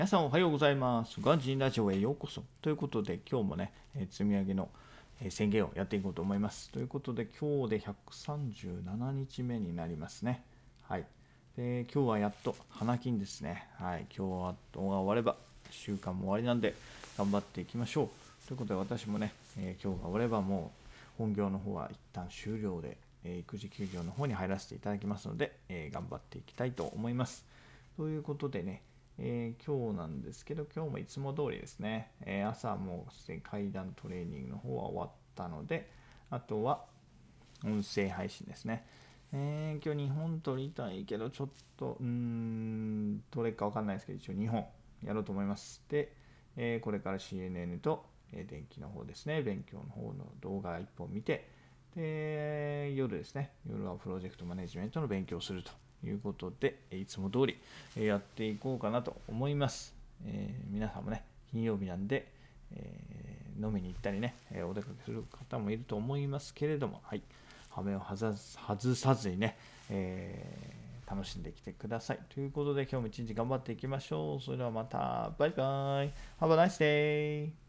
皆さんおはようございます。ガンジンラジオへようこそ。ということで、今日もね、積み上げの宣言をやっていこうと思います。ということで、今日で137日目になりますね。はい。で、今日はやっと花金ですね。はい。今日は動画終われば、週間も終わりなんで、頑張っていきましょう。ということで、私もね、今日が終われば、もう本業の方は一旦終了で、育児休業の方に入らせていただきますので、頑張っていきたいと思います。ということでね、今日なんですけど、今日もいつも通りですね、朝もうすでに階段トレーニングの方は終わったので、あとは音声配信ですね。今日2本撮りたいけど、ちょっと、どれかわかんないですけど、一応2本やろうと思います。で、これから CNN と、電気の方ですね、勉強の方の動画1本見て、で、夜ですね、夜はプロジェクトマネジメントの勉強をするということで、いつも通りやっていこうかなと思います。皆さんもね、金曜日なんで、飲みに行ったりね、お出かけする方もいると思いますけれども、はい、羽目を外さずにね、楽しんできてください。ということで、今日も一日頑張っていきましょう。それではまた、バイバイ。Have a nice day!